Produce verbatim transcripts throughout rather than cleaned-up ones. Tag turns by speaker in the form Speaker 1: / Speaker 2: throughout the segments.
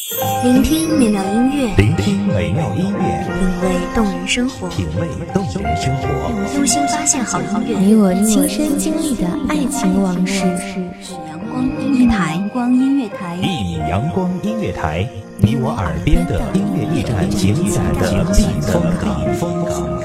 Speaker 1: 聆听美妙音乐，
Speaker 2: 聆听美妙音乐，
Speaker 1: 品味动人生活，
Speaker 2: 品味动人生活，
Speaker 1: 用心发现好音乐，
Speaker 3: 你我亲身经历的爱情往事。
Speaker 1: 阳光音乐台，阳光音乐台，
Speaker 2: 一米阳光音乐台，你我耳边的音乐驿站，情感的避风港，避风港。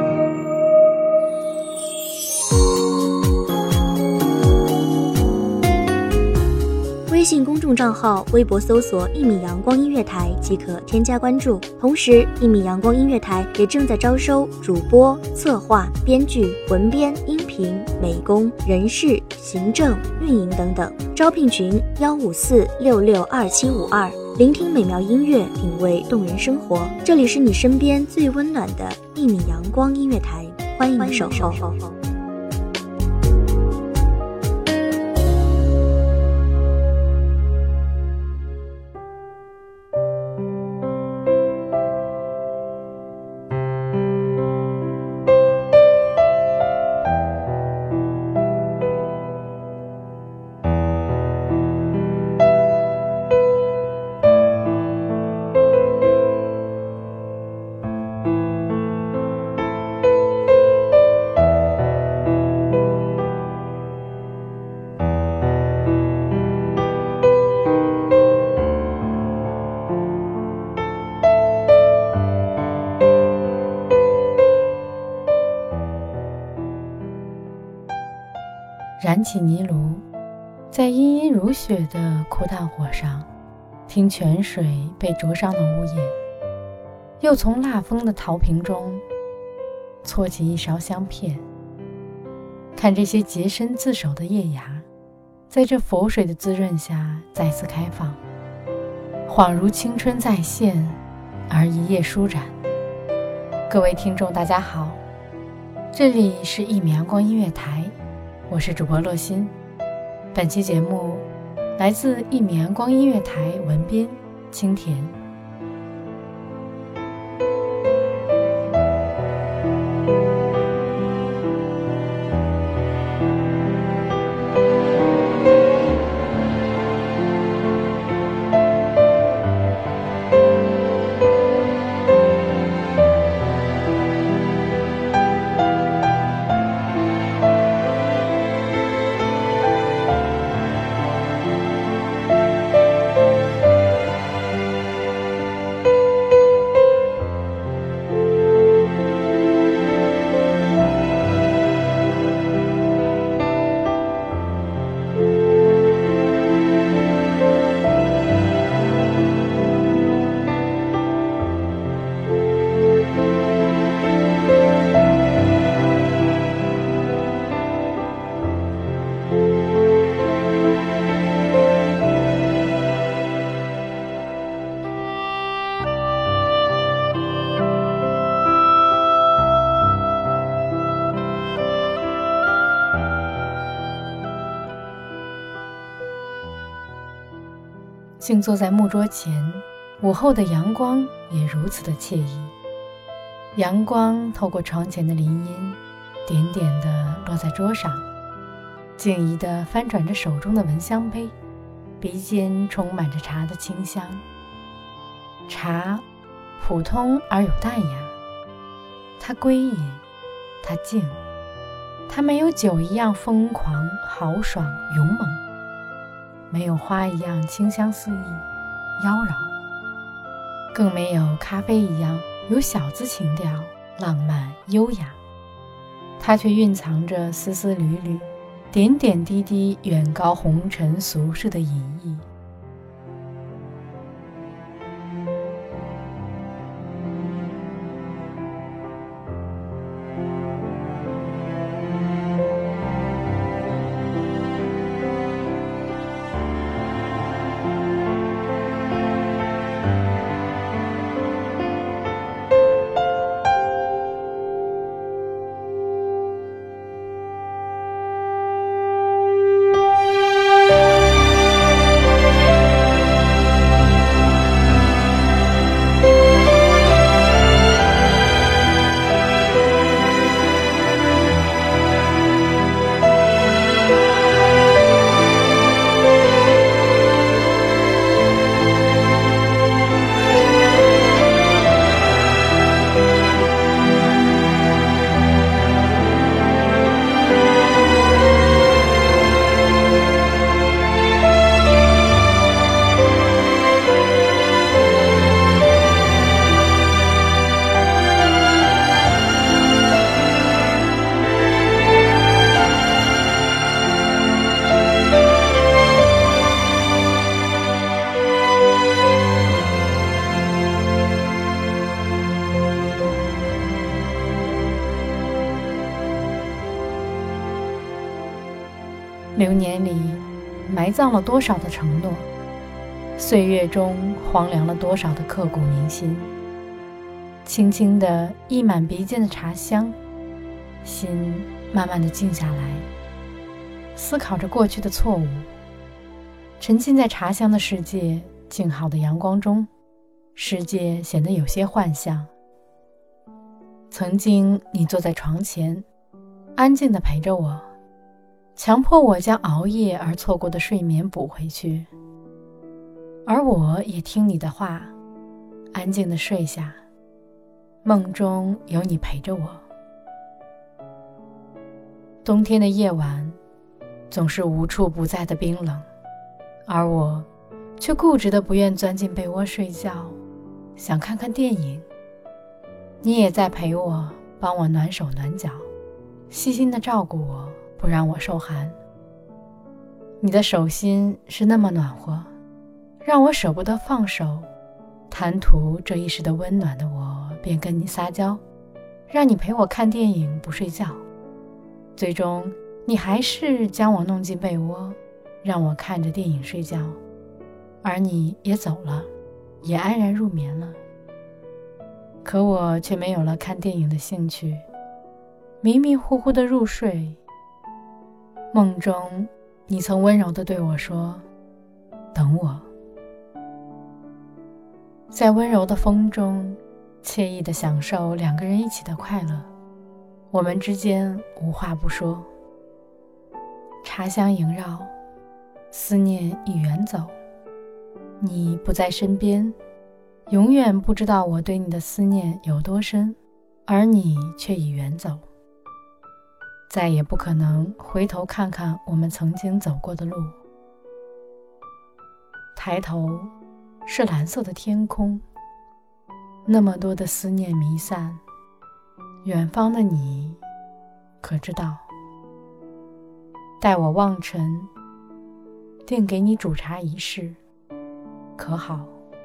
Speaker 1: 微信公众账号、微博搜索“一米阳光音乐台”即可添加关注。同时，一米阳光音乐台也正在招收主播、策划、编剧、文编、音频、美工、人事、行政、运营等等。招聘群：幺五四六六二七五二。聆听美妙音乐，品味动人生活。这里是你身边最温暖的一米阳光音乐台，欢迎守候。
Speaker 3: 燃起泥炉，在阴阴如雪的枯炭火上，听泉水被灼伤的屋檐，又从蜡封的陶瓶中搓起一勺香片，看这些洁身自守的叶芽，在这佛水的滋润下再次开放，恍如青春再现，而一夜舒展。各位听众大家好，这里是一米阳光音乐台，我是主播洛心。本期节目来自一米阳光音乐台文编青田。静坐在木桌前，午后的阳光也如此的惬意。阳光透过床前的林荫，点点地落在桌上，静怡地翻转着手中的蚊香杯，鼻尖充满着茶的清香。茶普通而有淡雅，它归隐，它静，它没有酒一样疯狂、豪爽、勇猛，没有花一样清香四溢、妖娆，更没有咖啡一样有小资情调、浪漫优雅，它却蕴藏着丝丝缕缕、点点滴滴远高红尘俗世的隐逸。 流年里埋葬了多少的承诺，岁月中荒凉了多少的刻骨铭心。轻轻地溢满鼻尖的茶香，心慢慢地静下来，思考着过去的错误，沉浸在茶香的世界静好的阳光中，世界显得有些幻象。曾经你坐在床前，安静地陪着我，强迫我将熬夜而错过的睡眠补回去，而我也听你的话，安静地睡下，梦中有你陪着我。冬天的夜晚总是无处不在的冰冷，而我却固执地不愿钻进被窝睡觉，想看看电影。你也在陪我，帮我暖手暖脚，细心地照顾我，不让我受寒。你的手心是那么暖和，让我舍不得放手，贪图这一时的温暖的我，便跟你撒娇，让你陪我看电影不睡觉。最终你还是将我弄进被窝，让我看着电影睡觉，而你也走了，也安然入眠了。可我却没有了看电影的兴趣，迷迷糊糊的入睡。梦中你曾温柔地对我说，等我。在温柔的风中，惬意地享受两个人一起的快乐，我们之间无话不说。茶香萦绕，思念已远走，你不在身边，永远不知道我对你的思念有多深，而你却已远走，再也不可能回头看看我们曾经走过的路。抬头是蓝色的天空，那么多的思念弥散，远方的你可知道？待我望尘，定给你煮茶一试，可好？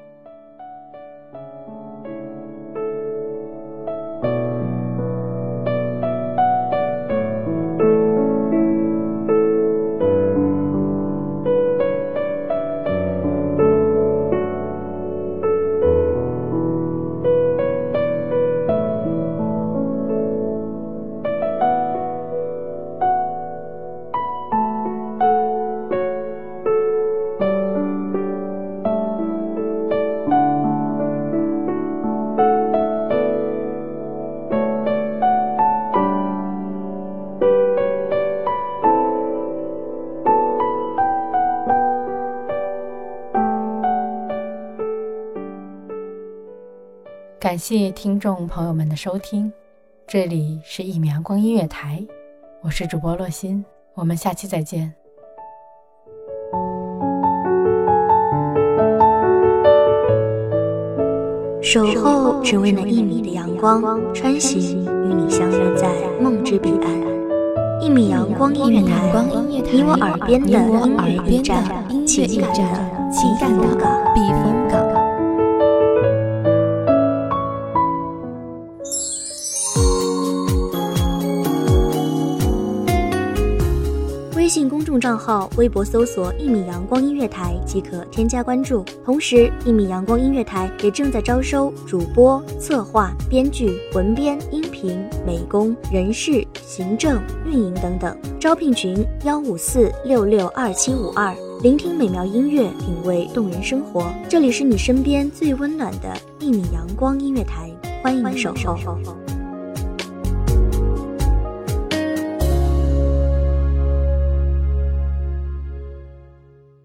Speaker 3: 感谢听众朋友们的收听，这里是一米阳光音乐台，我是主播洛心，我们下期再见。
Speaker 1: 守候只为那一米的阳光，穿行与你相约在梦之彼岸。一米阳光音乐台，你我耳边的音乐驿站，情感的情感的避风港。微信公众账号、微博搜索“一米阳光音乐台”即可添加关注。同时，一米阳光音乐台也正在招收主播、策划、编剧、文编、音频、美工、人事、行政、运营等等。招聘群：幺五四六六二七五二。聆听美妙音乐，品味动人生活。这里是你身边最温暖的一米阳光音乐台，欢迎守候。